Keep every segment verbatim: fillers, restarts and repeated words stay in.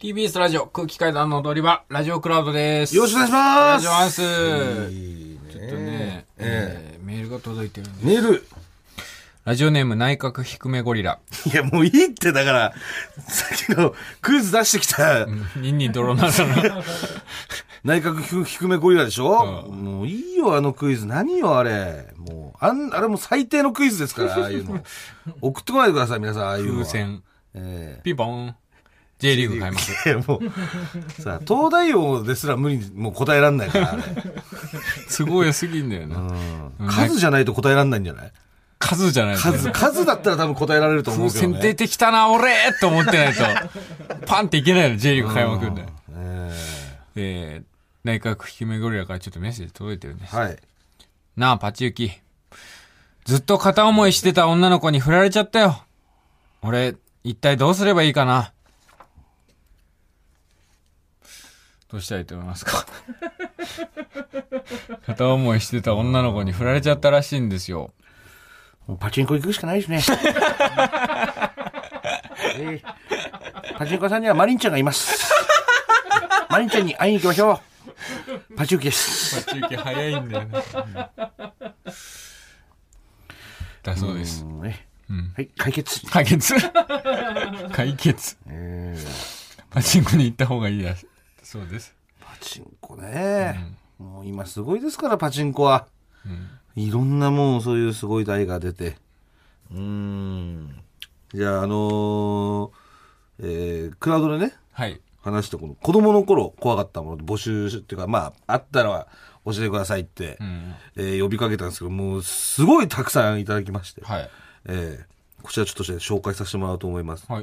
ティービーエス ラジオ空気階段の踊り場ラジオクラウドです。 よろしくお願いします。 お願いします。 いいね、 ちょっとね、えーえー、メールが届いてるんです。 メールラジオネーム内角低めゴリラ。 いやもういいってだからさっきのクイズ出してきたニンニン泥なさな内角低めゴリラでしょ、うん、もういいよあのクイズ。何よあれ。もうあんあれも最低のクイズですから。ああいうの送ってこないでください皆さん。ああいうの風船、 えー、 ピンポン J リーグ買います。 いやもうさあ東大王ですら無理にもう答えらんないからあれ都合良すぎんだよな、 うん、数じゃないと答えらんないんじゃない？ 数じゃない、ね、 数数だったら多分答えられると思うけどね。 風船出てきたな俺と思ってないとパンっていけないの。 J リーグ開幕んだよ。えー、えー、内角低めゴリラからちょっとメッセージ届いてるんです。 はい。 なあパチユキ、ずっと片思いしてた女の子に振られちゃったよ。俺一体どうすればいいかな。どうしたらいいと思いますか？片思いしてた女の子に振られちゃったらしいんですよ。 もうパチンコ行くしかないですね、えー、パチンコさんにはマリンちゃんがいます。マリンちゃんに会いに行きましょう。パチユキです。 パチユキ早いんだよね、だそうです。うん、 うん、はい、解決解決解決、えー、パチンコに行った方がいいやそうです。 パチンコね、うん、もう今すごいですからパチンコは、うん、いろんなもうそういうすごい台が出て、うーん、じゃああのーえー、クラウドでね、 はい、 話してこの子供の頃怖かったもので募集っていうか、まああったら教えてくださいって、うん、えー、呼びかけたんですけど、もうすごいたくさんいただきまして、はい、えー、こちらちょっとして紹介させてもらおうと思います。はい、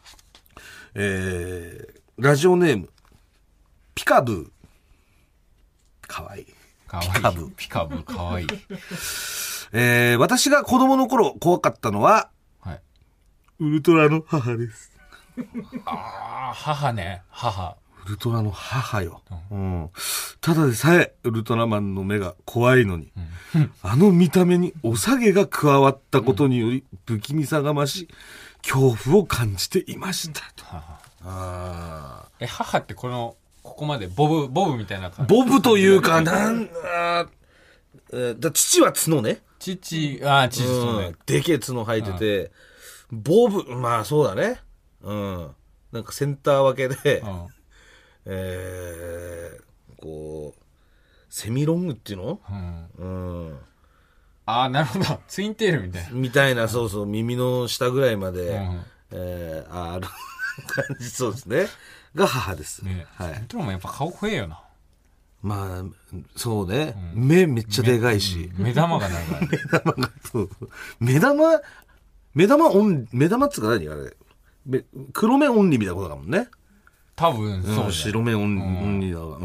えー、ラジオネームピカブー、かわいい。 かわいい。ピカブー。ピカブー、かわいい。 えー、私が子供の頃怖かったのは、はい、ウルトラの母です。 ああ、母ね、母。 ウルトラの母よ、うんうん。ただでさえウルトラマンの目が怖いのに、うん、あの見た目におさげが加わったことにより不気味さが増し、恐怖を感じていましたと。うん、 あえ、母ってこの、ここまでボブ、ボブみたいな感じ。 ボブというか、なん、あー、だ父は角ね。 父、あー、父角ね。 でけえ角生えてて、ボブ、まあそうだね。うん。なんかセンター分けで、うん、えー、こう、セミロングっていうの？うん。うん、 ああ、なるほど。ツインテールみたいな。 みたいな、そうそう、耳の下ぐらいまで、うん、えー、ある感じ、そうですね。が母です。 ね、はい。ウルトラマンやっぱ顔怖えよな。 まあ、そうね。うん、目めっちゃでかいし。 目, 目玉がないから、ね。 目玉が、そうそう。目玉、目玉オン、目玉っつうか何あれ。黒目オンリーみたいなことだもんね。 多分、そう、ね。 白目オン、うん、オンリーだわ。うん。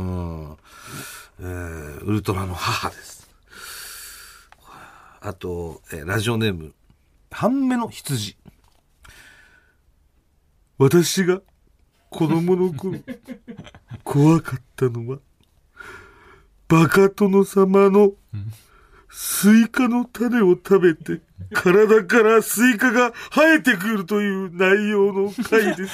えー、ウルトラの母です。あと、えー、ラジオネーム、半目の羊。私が、子供の頃怖かったのはバカ殿様のスイカの種を食べて体からスイカが生えてくるという内容の回です。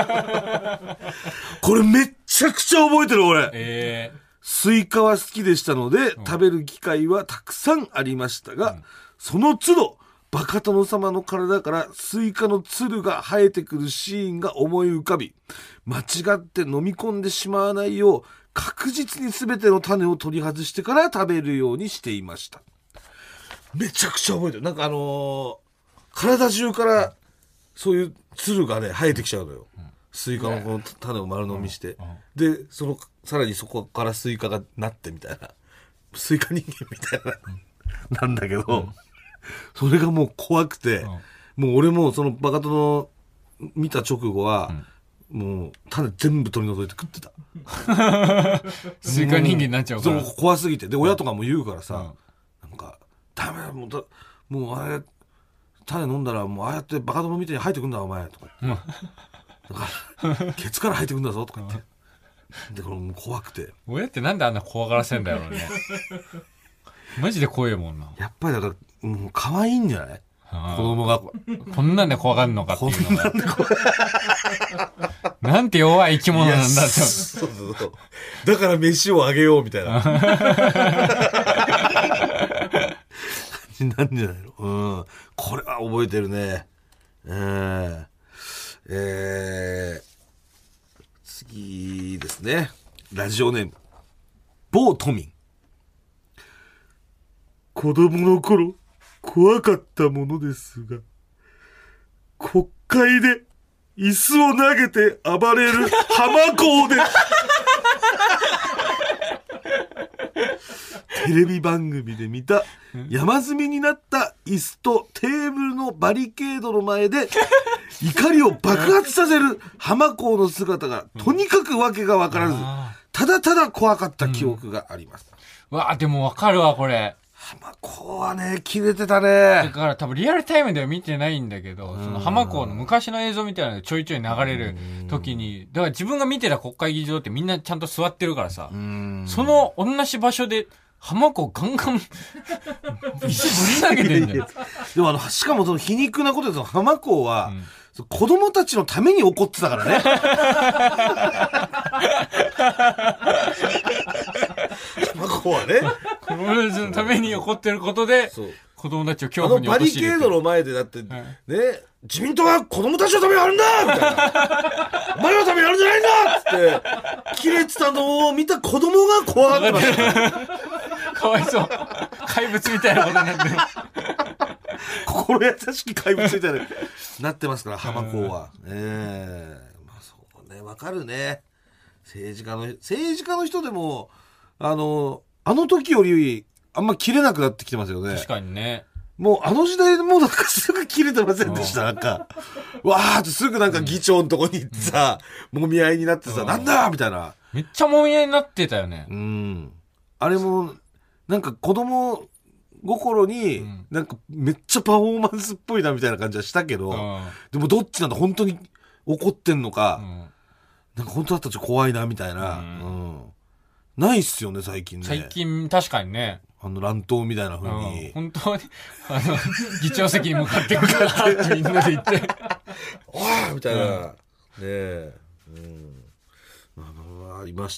これめっちゃくちゃ覚えてる俺、えー、スイカは好きでしたので、うん、食べる機会はたくさんありましたが、うん、その都度バカ殿様の体からスイカのつるが生えてくるシーンが思い浮かび、間違って飲み込んでしまわないよう確実に全ての種を取り外してから食べるようにしていました。めちゃくちゃ覚えてる。なんかあのー、体中からそういうつるがね生えてきちゃうのよ、うん、スイカのこの種を丸飲みして、うんうん、でそのさらにそこからスイカがなってみたいな、スイカ人間みたいな、うん、なんだけど、うん、それがもう怖くて、うん、もう俺もそのバカ殿見た直後は、うん、もう種全部取り除いて食ってた。 スイカ人間になっちゃうから。 そう怖すぎて。で親とかも言うからさ、うん、なんかダメだもうだもうあれ種飲んだらもうああやってバカ殿みたいに生えてくんだお前とか言って、うん、だからケツから生えてくんだぞとか言って、でこれもう怖くて。 親ってなんであんな怖がらせんだろうね。マジで怖いもんな。 やっぱりだからもう可愛いんじゃない？ 子供が。 こんなんで怖がるのかっていうのが。なんて弱い生き物なんだって。そうそうそう。だから飯をあげようみたいな。感じなんじゃないの。うん。これは覚えてるね。えー、えー、次ですね。ラジオネーム。某都民。子供の頃、怖かったものですが、国会で椅子を投げて暴れる浜子です。テレビ番組で見た山積みになった椅子とテーブルのバリケードの前で怒りを爆発させる浜子の姿がとにかくわけがわからず、ただただ怖かった記憶があります。 うん、わあ、でもわかるわ、これ。 浜子はね、切れてたね。 だから多分リアルタイムでは見てないんだけど、その浜子の昔の映像みたいなのでちょいちょい流れる時に、だから自分が見てた国会議事堂ってみんなちゃんと座ってるからさ、その同じ場所で浜子ガンガン椅子ぶり投げてんだよ。 でもあの、しかもその皮肉なことですよ、浜子は、うん、子供たちのために怒ってたからね。浜子はね。 子供たちのために怒ってることで、子供たちを恐怖に陥れて。あのバリケードの前でだって、はい、ね、自民党は子供たちのためにあるんだみたいな。お前のためにあるんじゃないんだって、切れてたのを見た子供が怖がってました。 かわいそう。怪物みたいなことになってる。 心優しき怪物みたいななってますから、浜子は。ええー、まあそうね、わかるね。政治家の、政治家の人でも、あの、あの時より、あんま切れなくなってきてますよね。 確かにね。 もう、あの時代でもうなんかすぐ切れてませんでした。なんか、わーってすぐなんか議長のとこに行ってさ、うん、揉み合いになってさ、うん、なんだみたいな。 めっちゃ揉み合いになってたよね。 うん。あれも、なんか子供心に、うん、なんかめっちゃパフォーマンスっぽいなみたいな感じはしたけど、うん、でもどっちなんだ、本当に怒ってんのか、うん、なんか本当だったらちょっと怖いなみたいな、うんうん、ないっすよね最近ね。 最近確かにね、 あの乱闘みたいな風に、 うん、本当にあの議長席に向かって向かってみんなで行っておーみたいな、うん、ねえ、うん、まあ、ありまして、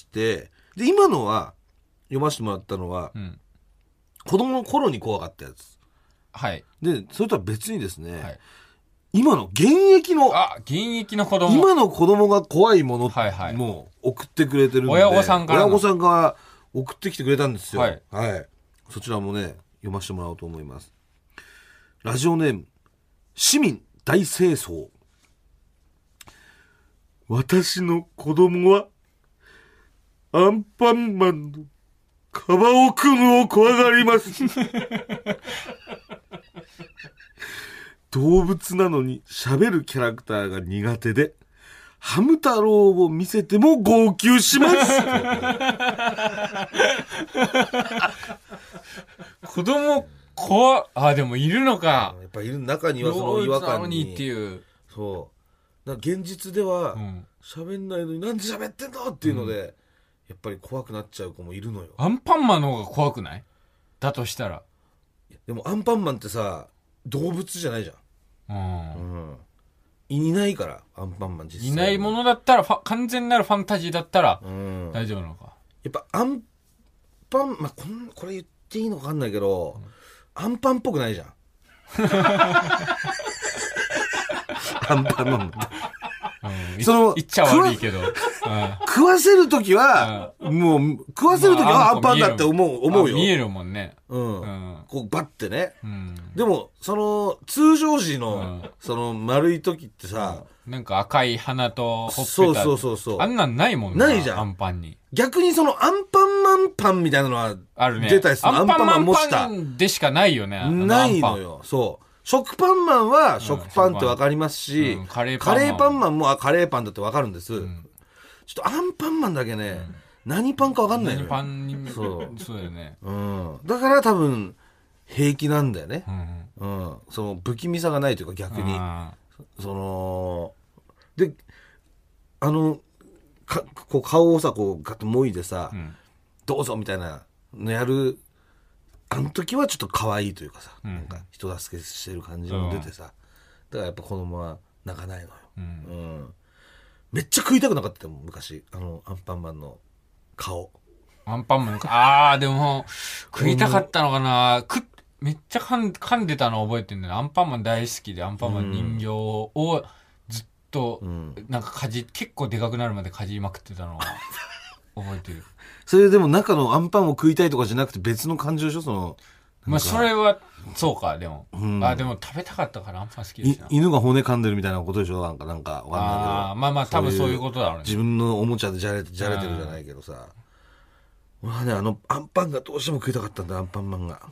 で今のは読ませてもらったのは、うん、子供の頃に怖かったやつ。 はい。 で、それとは別にですね、はい、今の現役の、 あ、現役の子供。 今の子供が怖いものも送ってくれてるんで、 親御さんから親御さんが送ってきてくれたんですよ。はい。はい。そちらもね、読ませてもらおうと思います。ラジオネーム、市民大清掃。私の子供は、アンパンマンの皮を組むを怖がります。動物なのに喋るキャラクターが苦手で、ハム太郎を見せても号泣します。 子供怖あ、でもいるのか。 やっぱいる、中にはその違和感にっていう。 そう。だ現実では喋んないのになんで喋ってんのっていうので、うん、やっぱり怖くなっちゃう子もいるのよ。 アンパンマンの方が怖くない？だとしたら。 でもアンパンマンってさ、動物じゃないじゃん。うん。うん、いないからアンパンマン実際。 いないものだったらファ完全なるファンタジーだったら大丈夫なのか。 やっぱアンパン、まあ、こんこれ言っていいのか分かんないけど、うん、アンパンっぽくないじゃん。アンパンマンって。 うん、その言っちゃ悪いけど、うん、 食わせるときは、うん、もう食わせるときはアンパンだって思う思うよ。 見えるもんね。 うん。うん、こうバッてね。うん、でもその通常時の、うん、その丸いときってさ、 うん、なんか赤い鼻とほっぺた、 そうそうそうそう。 あんなんないもんね。 ないじゃん。 アンパンに。 逆にそのアンパンマンパンみたいなのはあるね。 出たりする。 アンパンマンパンでしかないよね。 ないのよ。そう。食パンマンは食パンってわかりますし、うん、カレーパンマン、カレーパンマンもあカレーパンだってわかるんです、うん、ちょっとアンパンマンだけね、うん、何パンかわかんないのよ。 何パンにそうそうだよね、 うん、だから多分平気なんだよね、うんうん、その不気味さがないというか逆にそのであのかこう顔をさこうガッともいでさ、うん、どうぞみたいなのやるあの時はちょっと可愛いというかさ、 うん、 なんか人助けしてる感じも出てさ、うん、だからやっぱ子供は泣かないのよ、うんうん、めっちゃ食いたくなかったもん昔、あのアンパンマンの顔。 アンパンマンの顔、あーでも食いたかったのかな、くめっちゃ噛ん、噛んでたの覚えてるんだよね。アンパンマン大好きで、アンパンマン人形をずっとなんかかじ、結構でかくなるまでかじりまくってたのを覚えてる。 それでも中のアンパンを食いたいとかじゃなくて別の感情でしょ、その。 まあそれはそうか、でも、うん、あでも食べたかったからアンパン好きですよ。 犬が骨噛んでるみたいなことでしょ、なんかなんかわかんないけど。あまあまあ多分そういうことだろうね。 自分のおもちゃでじゃれてじゃれてるじゃないけどさ。俺はね、あのアンパンがどうしても食いたかったんだ、アンパンマンが。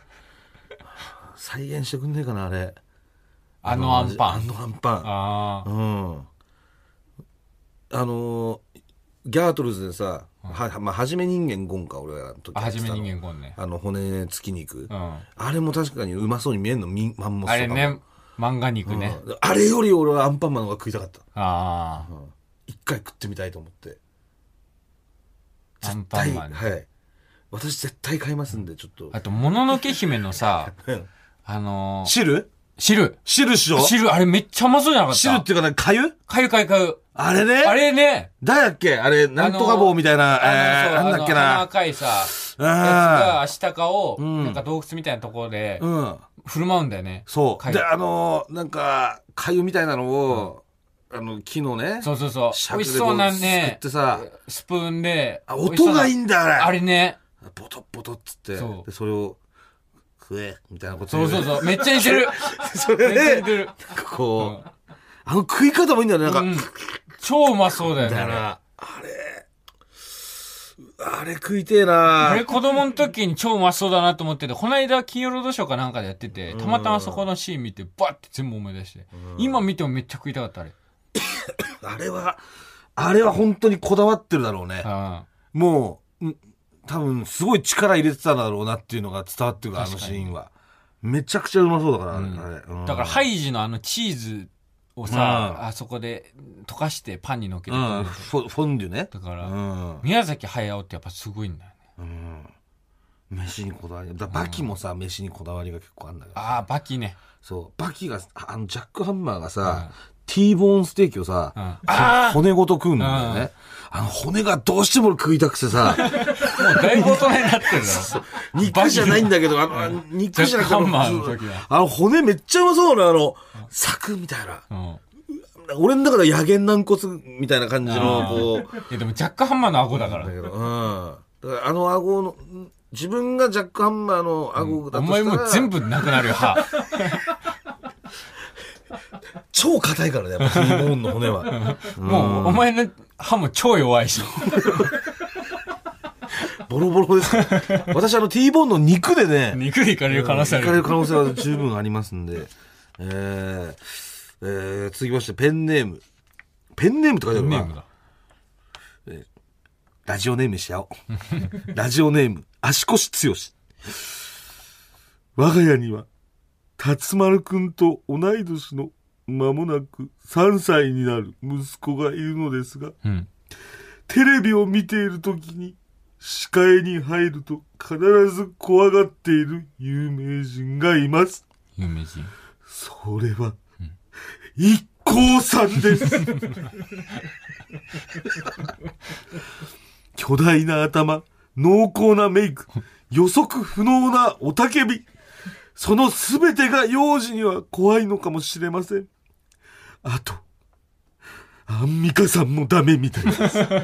再現してくんねえかな、あれ。 あのアンパン。 あのアンパン。 ああ。 うん。あのギャートルズでさ、うん、はまあ、はじめ人間ゴンか、俺は時はじめ人間ゴンね。 あの骨付き肉、 うん、 あれも確かにうまそうに見えんの、マンモスとかも。 あれね、漫画肉ね、 うん、あれより俺はアンパンマンの方が食いたかった。 ああ、 うん、一回食ってみたいと思って。 アンパンマン、 はい。私絶対買いますんで、ちょっと。 あと、もののけ姫のさ、あのー、 汁汁汁っしょ汁、あれめっちゃうまそうじゃなかった？ 汁っていうかね、かゆかゆかゆかゆ。 あれねあれね。 誰だっけあれ、なんとか棒みたいな、えー、なんだっけな。 鼻赤いさ、やつがアシタカを、なんか洞窟みたいなところで、振る舞うんだよね。 そう。で、あのー、なんか、かゆみたいなのを、あの、木のね。 そうそうそう。美味しそうなね、 ってさ、 スプーンで。 あ、音がいいんだ、あれ。 あれね。 ボトボトっつって。そう。で、それを、食え、みたいなことそうそうそう。めっちゃ似てる。 それで、めっちゃ似てる。こう、あの食い方もいいんだよね、なんか。うん、 超うまそうだよね。 だから、あれ、あれ食いてえな。 あれ子供の時に超うまそうだなと思ってて、この間金曜ロードショーかなんかでやってて、たまたまそこのシーン見て、バッて全部思い出して。今見てもめっちゃ食いたかった、あれ。 あれは、あれは本当にこだわってるだろうね。もう、多分すごい力入れてたんだろうなっていうのが伝わってるから、あのシーンは。めちゃくちゃうまそうだから、うん、あれ、うん。だからハイジのあのチーズをさ、うん、あそこで溶かしてパンにのっけて、うん、 フォ、フォンデュね。 だから、うん、宮崎駿ってやっぱすごいんだよね。 うん。飯にこだわり。だバキもさ、飯にこだわりが結構あるんだけど。 ああ、バキね。 そう。バキが、あの、ジャックハンマーがさ、T ボーンステーキをさ、 うん、 骨ごと食うんだよね。あの骨がどうしても食いたくてさ。 もうだいぶ大人になってるだろ。 肉じゃないんだけど、あの、肉じゃなくて、 ハンマーの時はあの骨めっちゃうまそうなの、あの、サクみたいな。うん、俺の中では野源軟骨みたいな感じの、こう。 いやでもジャックハンマーの顎だから。 だけど、うん。だからあの顎の、自分がジャックハンマーの顎だとしたら、 うん、お前も全部なくなるよ、歯。 超硬いからね、やっぱ T ボーンの骨は。 もう、お前の歯も超弱いし。 ボロボロですから。私、あの T ボーンの肉でね。 肉でいかれる可能性ある。 いかれる可能性は十分ありますんで。えー、えー、続きまして、ペンネーム。ペンネームって書いてあるな。ペンネームだ。えー、ラジオネームにしちゃおう。ラジオネーム、足腰強し。我が家には、辰丸くんと同い年の間もなくさんさいになる息子がいるのですが、 うん、 テレビを見ているときに視界に入ると必ず怖がっている有名人がいます。 有名人？ それは、うん、一行さんです。巨大な頭、濃厚なメイク、予測不能な雄たけび。そのすべてが幼児には怖いのかもしれません。あと、アンミカさんもダメみたいです。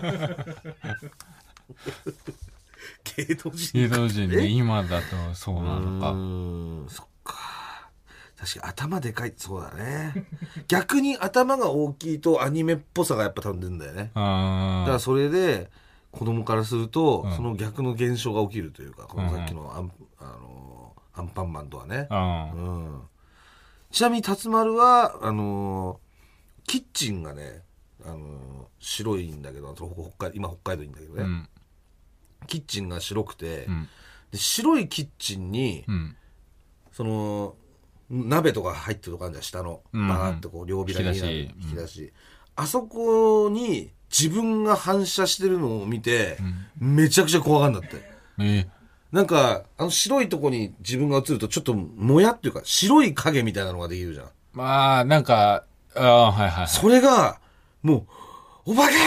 芸能人芸能人ね、今だとそうなのか。うーん、そっか。確かに頭でかい、そうだね。逆に頭が大きいとアニメっぽさがやっぱ飛んでるんだよね。 あだからそれで、子供からすると、うん、その逆の現象が起きるというか、このさっきのアン、あの、アンパンマンとはね。 うんうん、ちなみに辰丸はあのー、キッチンがね、あのー、白いんだけど、北海今北海道いいんだけどね、うん、キッチンが白くて、 うん、 で白いキッチンに、 うん、 その鍋とか入ってるとこあるじゃん、下の、うん、バーってこう両開きになる引き出し、うん、あそこに自分が反射してるのを見て、うん、めちゃくちゃ怖がるんだって。 えーなんか、あの白いとこに自分が映るとちょっともやっていうか、白い影みたいなのができるじゃん。 まあ、なんか、ああ、はいはい。 それが、もう、お化けって。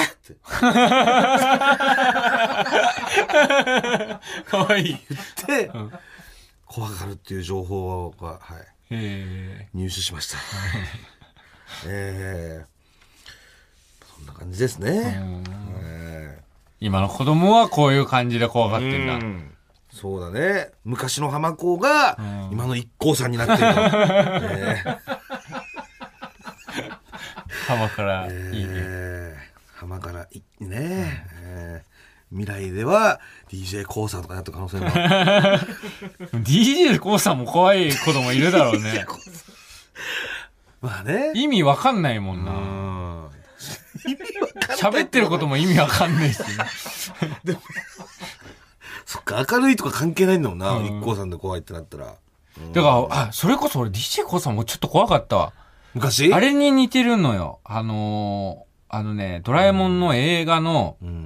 かわいい。 言って、うん、怖がるっていう情報が、はい。 へ入手しました。えー、そんな感じですね。 えー、今の子供はこういう感じで怖がってんだ。うん、 そうだね。昔の浜子が、今の一行さんになってるから。ね、 浜からいいね。 えー、浜からいいね、うん、えー。未来では ディージェー コーさんとかやった可能性も。ディージェー コーさんも怖い子供いるだろうね。 まあね。 意味わかんないもんな。うん喋ってることも意味わかんないし、ね。 でもそっか、明るいとか関係ないんだもんな。一行さんで怖いってなったら。 だから、あ、それこそ俺 ディージェー コーさんもちょっと怖かったわ。 昔あれに似てるのよ。あのー、あのね、ドラえもんの映画の、うん、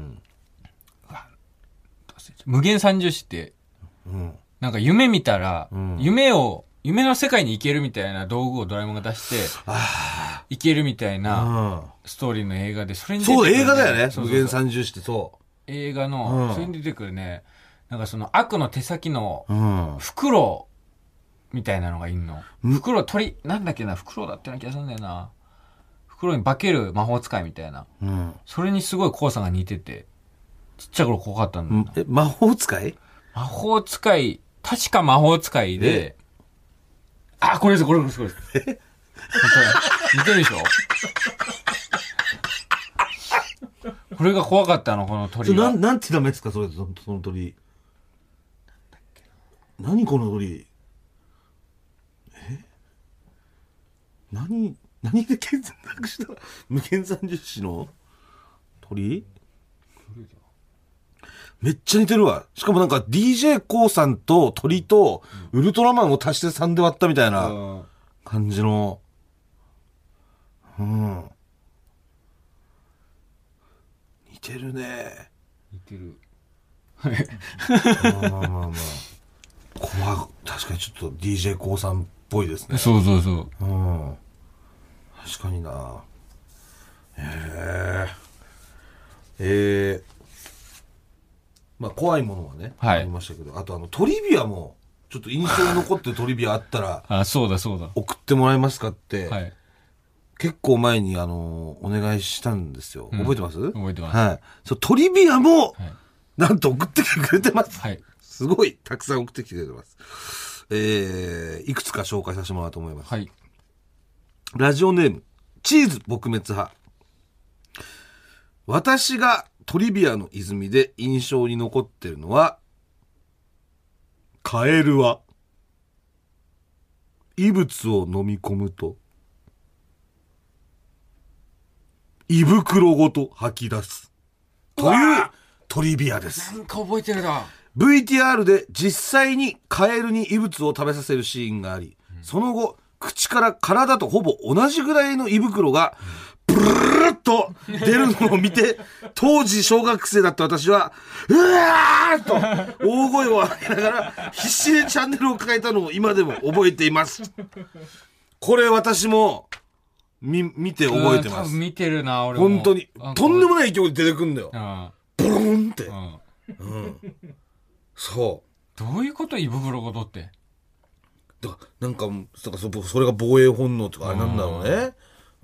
無限三重視って、うん、なんか夢見たら、うん、夢を、夢の世界に行けるみたいな道具をドラえもんが出して、行けるみたいなストーリーの映画で、それに出てくる、ね。 そう、映画だよね。そうそうそう無限三重視ってそう。 映画の、うん、それに出てくるね、なんかその悪の手先の袋みたいなのがいんの。うん、袋、鳥、なんだっけな、袋だったような気がするんだよな。袋に化ける魔法使いみたいな。うん、それにすごい怖さが似てて、ちっちゃい頃怖かったんだよな。 え、魔法使い魔法使い、確か魔法使いで、あ、これです、これです、これです。え似てるでしょこれが怖かったの、この鳥は。 な、なんてダメですか、それ、その、その鳥。何この鳥。え何、何で検索したら、無限三十種の鳥めっちゃ似てるわ。しかもなんか ディージェー コーさんと鳥とウルトラマンを足してさんで割ったみたいな感じの。うん。似てるね。 似てる。 まあまあまあまあ。怖確かにちょっと ディージェー コーさんっぽいですね。 そうそうそう。 うん。確かにな。へえ。えー。まあ怖いものはね、はい、ありましたけど、あとあのトリビアもちょっと印象に残ってるトリビアあったらあ、そうだそうだ送ってもらえますかって、はい、結構前にあのお願いしたんですよ。覚えてます？ うん、覚えてます。 はい。そうトリビアも、はい、なんと送ってきてくれてます。はい。すごいたくさん送ってきてくれてます。えー、いくつか紹介させてもらおうと思います。はい。ラジオネームチーズ撲滅派。私がトリビアの泉で印象に残ってるのは、カエルは異物を飲み込むと胃袋ごと吐き出すというトリビアです。 なんか覚えてるな。 ブイティーアール で実際にカエルに異物を食べさせるシーンがあり、うん、その後口から体とほぼ同じぐらいの胃袋が、うん、ブルルルッと出るのを見て、当時小学生だった私は、うわーっと大声を上げながら必死でチャンネルを変えたのを今でも覚えています。これ私も見、見て覚えてます。 見てるな、俺も。 本当に。とんでもない勢いで出てくんだよ。ボロンって、うんうん。そう。 どういうこと胃袋ごとって。 だなんか、それが防衛本能とかあれなんだろうね。うん、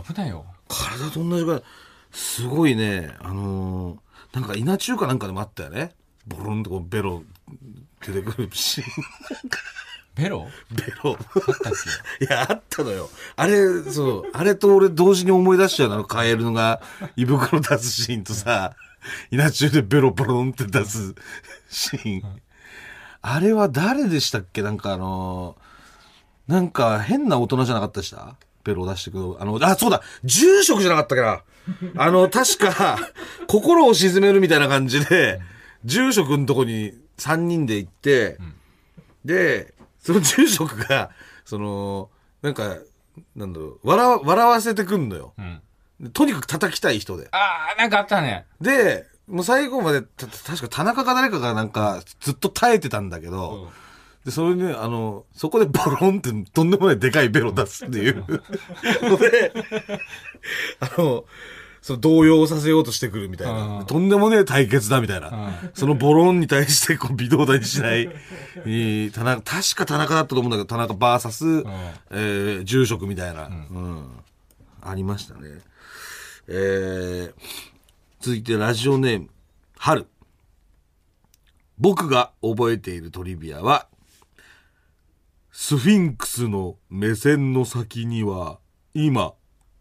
危ないよ。 体と同じぐらい。すごいね、あのー、なんか稲中かなんかでもあったよね。ボロンとこうベロ出てくるシーン。 ベロベロ。あったっけ？いや、あったのよ。あれ、そう、あれと俺同時に思い出しちゃうの、カエルが胃袋出すシーンとさ、稲中でベロボロンって出すシーン。うん、あれは誰でしたっけ？なんかあのー、なんか変な大人じゃなかったでしたベロを出してくる。あの、あ、そうだ住職じゃなかったかなあの、確か、心を鎮めるみたいな感じで、住職のとこにさんにんで行って、うん、で、その住職が、その、なんか、なんだろう、笑わ、笑わせてくんのよ。うん、とにかく叩きたい人で。 ああ、なんかあったね。 で、 もう最後まで、た確か田中か誰かがなんか、ずっと耐えてたんだけど、うん、で、それね、あの、そこでボロンってとんでもないでかいベロ出すっていうので、あの、その動揺させようとしてくるみたいな。とんでもねえ対決だみたいな。そのボロンに対してこう微動だにしない。えー、田中、確か田中だったと思うんだけど、田中バーサス、えー、住職みたいな、うん、うん。ありましたね。えー、続いてラジオネーム、春。僕が覚えているトリビアは、スフィンクスの目線の先には、今、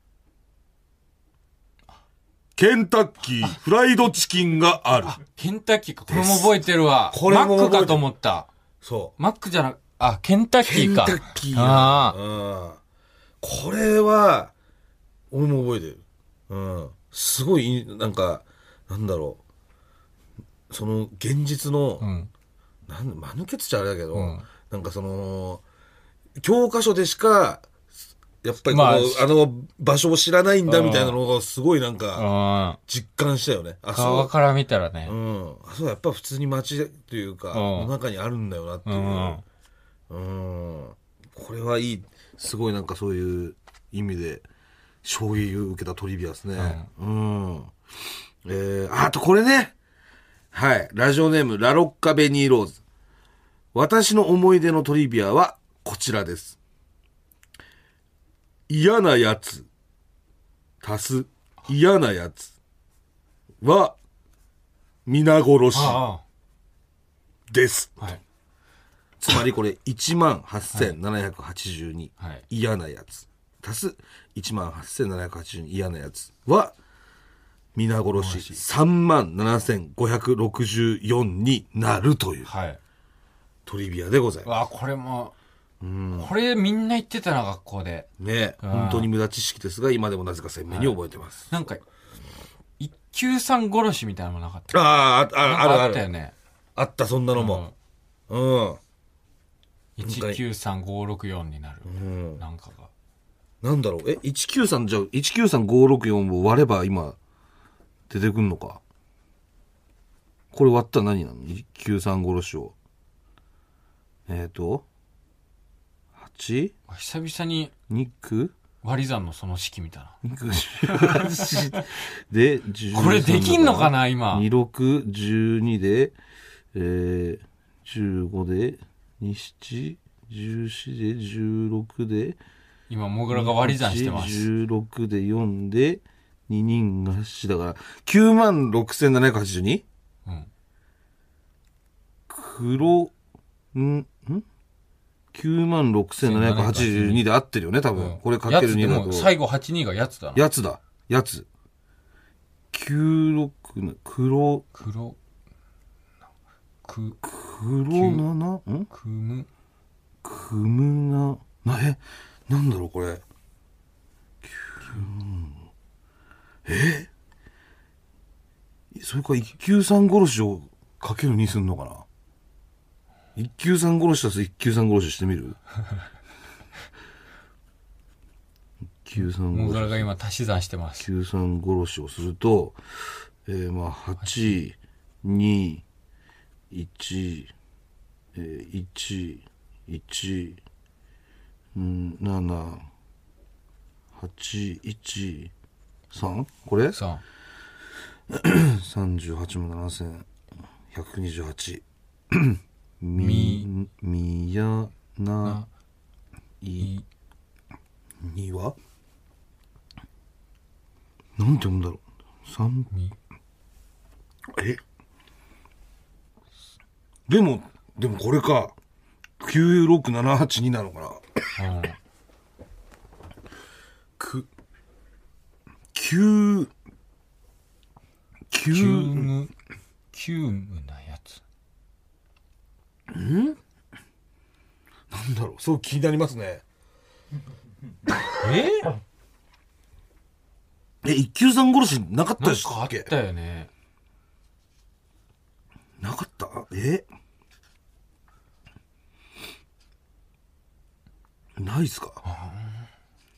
ケンタッキーフライドチキンがある。あ、 ケンタッキーか。これも覚えてるわ。これもマックかと思った。 そう。 マックじゃなく、あ、ケンタッキーか。 ケンタッキーああ。これは、俺も覚えてる。うん。すごい、なんか、なんだろう。その、現実の、うん、なん、間抜けつっちゃあれだけど、うん、なんかその、教科書でしか、やっぱりこの、まあ、あの場所を知らないんだみたいなのがすごいなんか実感したよね。 あ、そう。側から見たらね。 うん。あ、そうやっぱ普通に街というか、の中にあるんだよなっていう。うん。うん、これはいい。すごいなんかそういう意味で衝撃を受けたトリビアですね。うん。うん、えー、あとこれね。はい。ラジオネーム、ラロッカベニーローズ。私の思い出のトリビアはこちらです。嫌なやつ足す嫌なやつは皆殺しです。はい、つまりこれ いちまんはっせんななひゃくはちじゅうに、はい、嫌なやつ足す いちまんはっせんななひゃくはちじゅうに 嫌なやつは皆殺し さんまんななせんごひゃくろくじゅうよん になるという、はい、トリビアでございます。 わあ、これもうん、これみんな言ってたな、学校で。 ね、本当に無駄知識ですが、今でもなぜか鮮明に覚えてます。 はい、なんか、一級さん殺しみたいなのもなかった。 ああ、あるある。 あったよね。 あった、そんなのも。うん。うん、 いちきゅうさんごろくよんになる。うん、なんかが。 なんだろう、え、いちきゅうさん、じゃあ、いちきゅうさんごろくよんを割れば今、出てくんのか。これ割ったら何なの ?いちきゅうさん 殺しを。えっ、ー、と、 久々に肉割り算のその式みたいな。 肉で、 これできんのかな今。 にじゅうろく、じゅうにで、えー、じゅうごで、にじゅうなな、じゅうよんで、じゅうろくで、 今、モグラが割り算してます。 じゅうろくでよんで、ににんがはちだから、きゅうまんろくせんななひゃくはちじゅうに? うん。黒、んんきゅうまんろくせんななひゃくはちじゅうにで合ってるよね、多分。うん、これかけるにだと。 最後はちじゅうにがやつだ。 やつだ。やつ。きゅうろく、黒。 黒。 く、黒なな、んくむ。 くむな、な、え、なんだろう、これ。えそれか一級さん殺しをかけるにすんのかな。一級さん殺し足す一級さん殺ししてみる一級さん殺し。 モグラが今足し算してます。 一級さん殺しをすると、えー、まあ、はち、に、いち、えー、いち、いち、なな、はち、いち、さん? これ ?さん。さんじゅうはち万ななせんひゃくにじゅうはち。み、みやな、い、にはなんて読むんだろう。三、えでも、でもこれか。きゅうろくななはちになのかな。うん、く、きゅう、 きゅう、きゅうむ、きゅうむなやつ。 んなんだろう、そう気になりますね。 ええ、一級さん殺しなかったでしたっけ？ なんかあったよね。 なかった？えないっすか？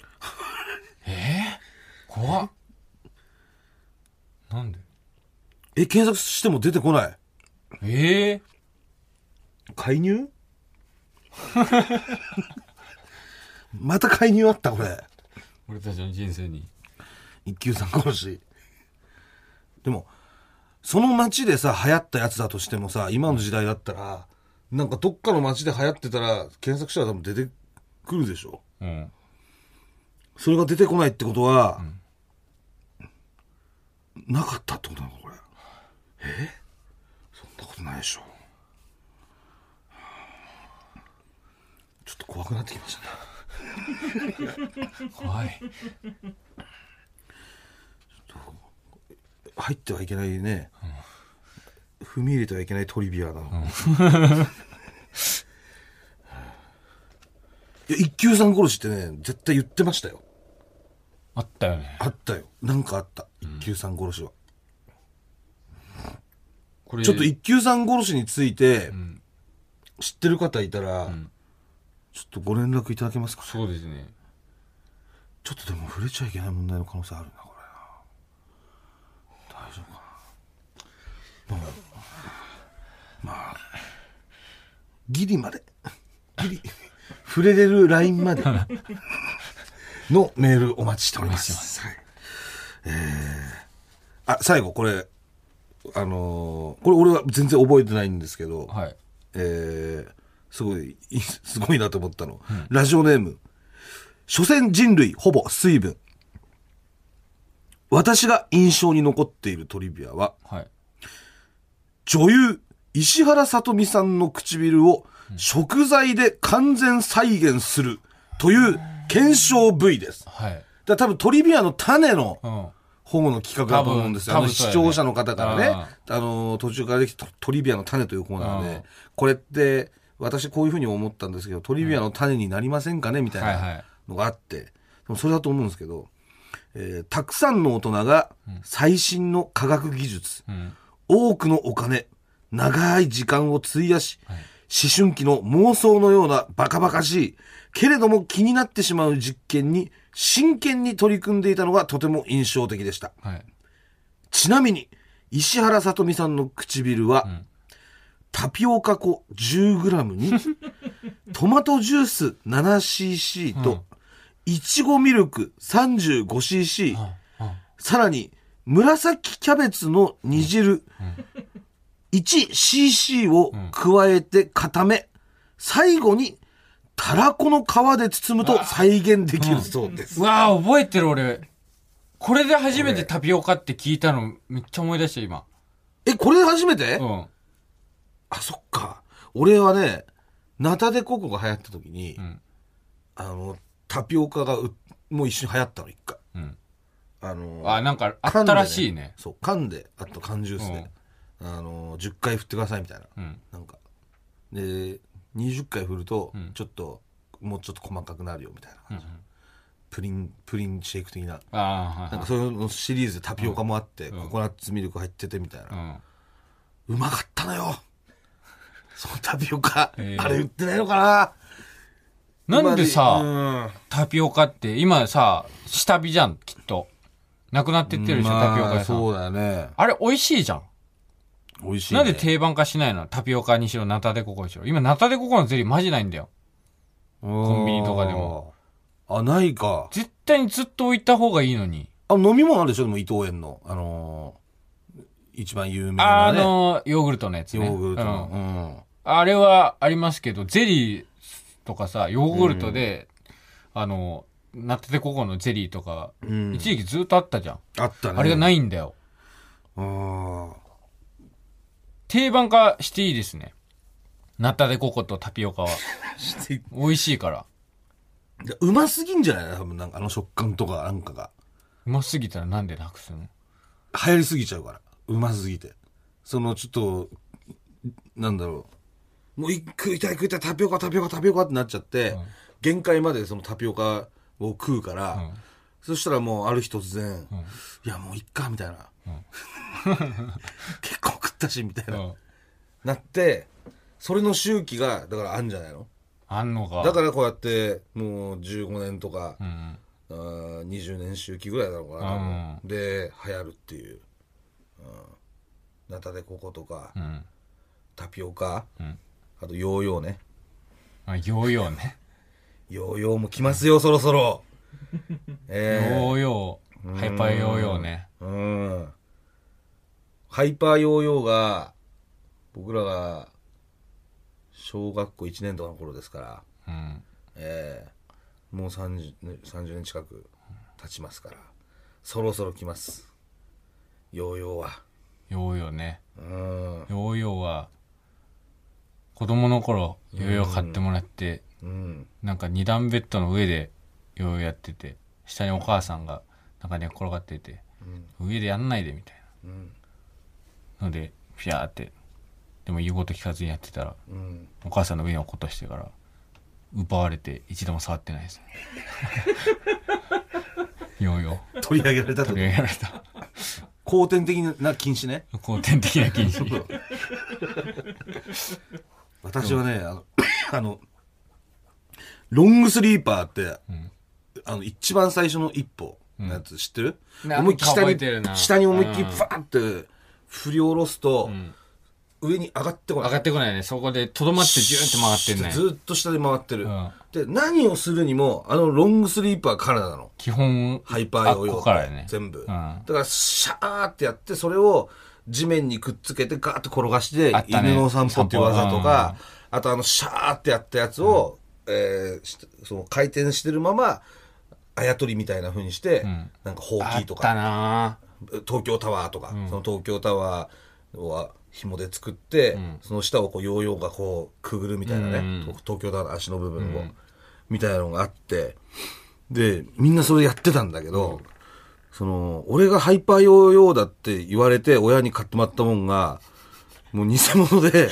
えー、怖っ。なんで？ え、検索しても出てこない。 ええー、介入また介入あったこれ。 俺たちの人生に。 一休さん殺し。でもその街でさ流行ったやつだとしてもさ、今の時代だったらなんかどっかの街で流行ってたら検索したら多分出てくるでしょ。うん。それが出てこないってことは、うん、なかったってことなのこれ。え？そんなことないでしょ。ちょっと怖くなってきましたね。 怖い。 入ってはいけないね、うん、踏み入れてはいけないトリビアなの、うん、いや一休さん殺しってね絶対言ってましたよ。 あったよね。 あったよ。なんかあった、うん、一休さん殺しは。これちょっと一休さん殺しについて知ってる方いたら、うん、ちょっとご連絡いただけますか、ね。 そうですね。 ちょっとでも触れちゃいけない問題の可能性あるなこれ。大丈夫かな。まあ、まあ、ギリまでギリ触れれるラインまでのメールお待ちしております。はい、えー、あ最後これあのー、これ俺は全然覚えてないんですけど、はい、えー、すごいすごいなと思ったの、うん、ラジオネーム所詮人類ほぼ水分。私が印象に残っているトリビアは、はい、女優石原さとみさんの唇を食材で完全再現するという検証部位です、はい、だ多分トリビアの種の方の企画だと思うんですよ。あの視聴者の方からね、ああの途中からできたトリビアの種というコーナーで、これって私こういうふうに思ったんですけどトリビアの種になりませんかねみたいなのがあって、でもそれだと思うんですけど、えー、たくさんの大人が最新の科学技術、うん、多くのお金、長い時間を費やし、はい、思春期の妄想のようなバカバカしいけれども気になってしまう実験に真剣に取り組んでいたのがとても印象的でした、はい、ちなみに石原さとみさんの唇は、うん、タピオカ粉 じゅうグラム にトマトジュース ななシーシー と、うんいちごミルク さんじゅうごシーシー、うんうん、さらに紫キャベツの煮汁、うん、いちシーシー を加えて固め、最後にたらこの皮で包むと再現できるそうです。 うわー、覚えてる俺。これで初めてタピオカって聞いたのめっちゃ思い出した今。 え、これで初めて？うん。あ、そっか。俺はね、ナタデココが流行った時に、うん、あの、タピオカがもう一瞬流行ったの一回、うん、あのあなんかあったらしい ね, ねそう噛んであと缶ジュースで、うん、あのじゅっかい振ってくださいみたいな、うん、なんかでにじゅっかい振るとちょっと、うん、もうちょっと細かくなるよみたいな感じ、うん、プリンプリンシェイク的なあなんかそういうのシリーズでタピオカもあって、うん、ココナッツミルク入っててみたいな、うん、うまかったのよそのタピオカ、えー、あれ売ってないのかな。 なんでさ、うん、タピオカって今さ下火じゃんきっとなくなってってるでしょ、まあ、タピオカ屋さん。 そうだよね。 あれ美味しいじゃん。 美味しい、ね、 なんで定番化しないの？タピオカにしろナタデココにしろ。今ナタデココのゼリーマジないんだよコンビニとかでも。 あないか。 絶対にずっと置いた方がいいのに。 あ飲み物あるでしょでも伊藤園のあのー、一番有名なねあのー、ヨーグルトのやつね。 ヨーグルトの、うんうん、 あれはありますけどゼリーとかさヨーグルトで、うん、あのナタデココのゼリーとか、うん、一時期ずっとあったじゃん。 あったね。 あれがないんだよ。あ定番化していいですねナタデココとタピオカは美味しいから。 うますぎんじゃない多分なんかあの食感とかなんかがうますぎたらなんでなくすの？ 流行りすぎちゃうからうますぎてそのちょっとなんだろうもう食いたい食いたいタピオカタピオカタピオカってなっちゃって、うん、限界までそのタピオカを食うから、うん、そしたらもうある日突然、うん、いやもういっかみたいな、うん、結構食ったしみたいな、うん、なってそれの周期がだからあんじゃないの？ あんのか。 だからこうやってもうじゅうごねんとか、うんうん、あにじゅうねん周期ぐらいなのかな、うん、で流行るっていう、うん、 ナタデココとか、 うん、 タピオカ、 うん、 あとヨーヨーね。 あ、ヨーヨーね。 ヨーヨーも来ますよ、そろそろ。 えー、ヨーヨー、ハイパーヨーヨーね。 うん。ハイパーヨーヨーが、僕らが、小学校いちねんとかの頃ですから、うん、えー、もうさんじゅう、さんじゅうねん近く経ちますから、そろそろ来ます。ヨーヨーは。 ヨーヨーね。うん。ヨーヨーは、子供の頃、ヨーヨー買ってもらって、うん、なんか二段ベッドの上でヨーヨーやってて、下にお母さんがなんか寝っ転がってて、うん、上でやんないでみたいな。うん、ので、ピャーって、でも言うこと聞かずにやってたら、うん、お母さんの上に落っことしてから、奪われて一度も触ってないです。ヨーヨー。 取り上げられたと。 取り上げられた。 後天的な禁止ね。 後天的な禁止。 私はね、あの、あの、ロングスリーパーって、うん、あの、一番最初の一歩のやつ知ってる？うん、思いっきり下に、下に思いっきりファーって振り下ろすと、うん上に上がってこない。 上がってこないね。そこでとどまってジューンって回ってんね。 ずっと下で回ってる、うん。で、何をするにも、あのロングスリーパーからなの。 基本。 ハイパーヨーヨー。ここからやね。全部、うん。だから、シャーってやって、それを地面にくっつけてガーッと転がして、ね、犬の散歩っていう技とか、あとあの、シャーってやったやつを、うん、えー、その回転してるまま、あやとりみたいな風にして、うん、なんかほうきとか。 あったな東京タワーとか、うん、その東京タワーは、紐で作って、うん、その下をこうヨーヨーがこうくぐるみたいなね、うん、東京タワーの足の部分を、うん、みたいなのがあって、で、みんなそれやってたんだけど、うん、その、俺がハイパーヨーヨーだって言われて親に買ってもらったもんが、もう偽物で、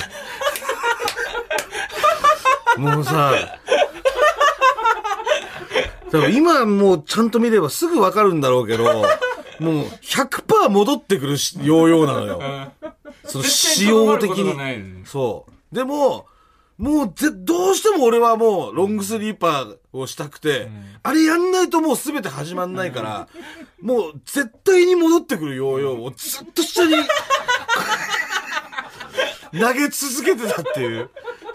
もうさ、多分今もうちゃんと見ればすぐわかるんだろうけど、もう ひゃくパーセント 戻ってくるヨーヨーなのよ。その仕様的に。ね、そう。でも、もうぜ、どうしても俺はもうロングスリーパーをしたくて、うん、あれやんないともう全て始まんないから、うん、もう絶対に戻ってくるヨーヨーをずっと下に投げ続けてたっていう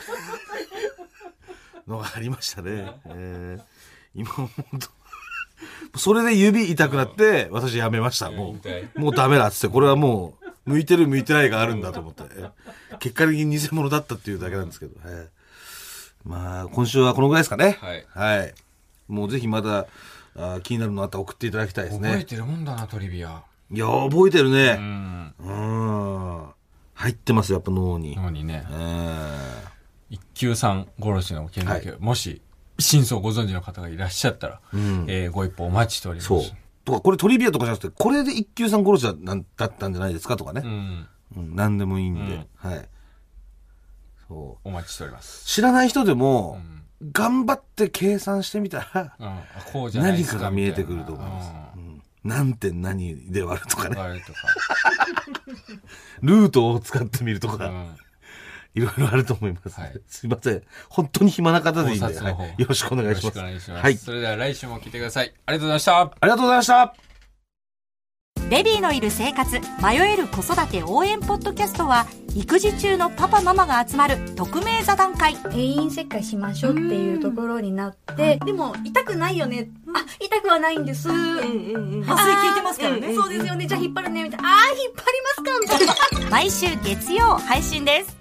のがありましたね。えー、今本当それで指痛くなって私やめました。もう、もうダメだっつって、これはもう、向いてる向いてないがあるんだと思って、結果的に偽物だったっていうだけなんですけど、はい、まあ今週はこのぐらいですかね。はい、はい、もうぜひまたあ気になるのあったら送っていただきたいですね。 覚えてるもんだなトリビア。 いや覚えてるね。うん、うん入ってますやっぱ脳に。 脳にね。一級さん殺しの件だけ、はい、もし真相をご存知の方がいらっしゃったら、うんえー、ご一報お待ちしております。そうとかこれトリビアとかじゃなくてこれで一級さん殺しだったんじゃないですかとかね、うんうん、何でもいいんで、うん、はいそうお待ちしております。 知らない人でも、うん、頑張って計算してみたら、うん、こうじゃないですか何かが見えてくると思います、うん、何点何で割るとかね割るとかルートを使ってみるとか、うんいろいろあると思います、はい、すいません本当に暇な方でいいんで、はい、よろしくお願いします。よろしくお願いします、はい、 それでは来週も聞いてください。ありがとうございました。ありがとうございました。 ベビーのいる生活迷える子育て応援ポッドキャストは育児中のパパママが集まる匿名座談会。 定員切開しましょうっていうところになってでも痛くないよね、あ痛くはないんです、うんうんうん、麻酔効いてますからね、うんうん、そうですよねじゃあ引っ張るねみたいな、あー引っ張りますかみたいな毎週月曜配信です。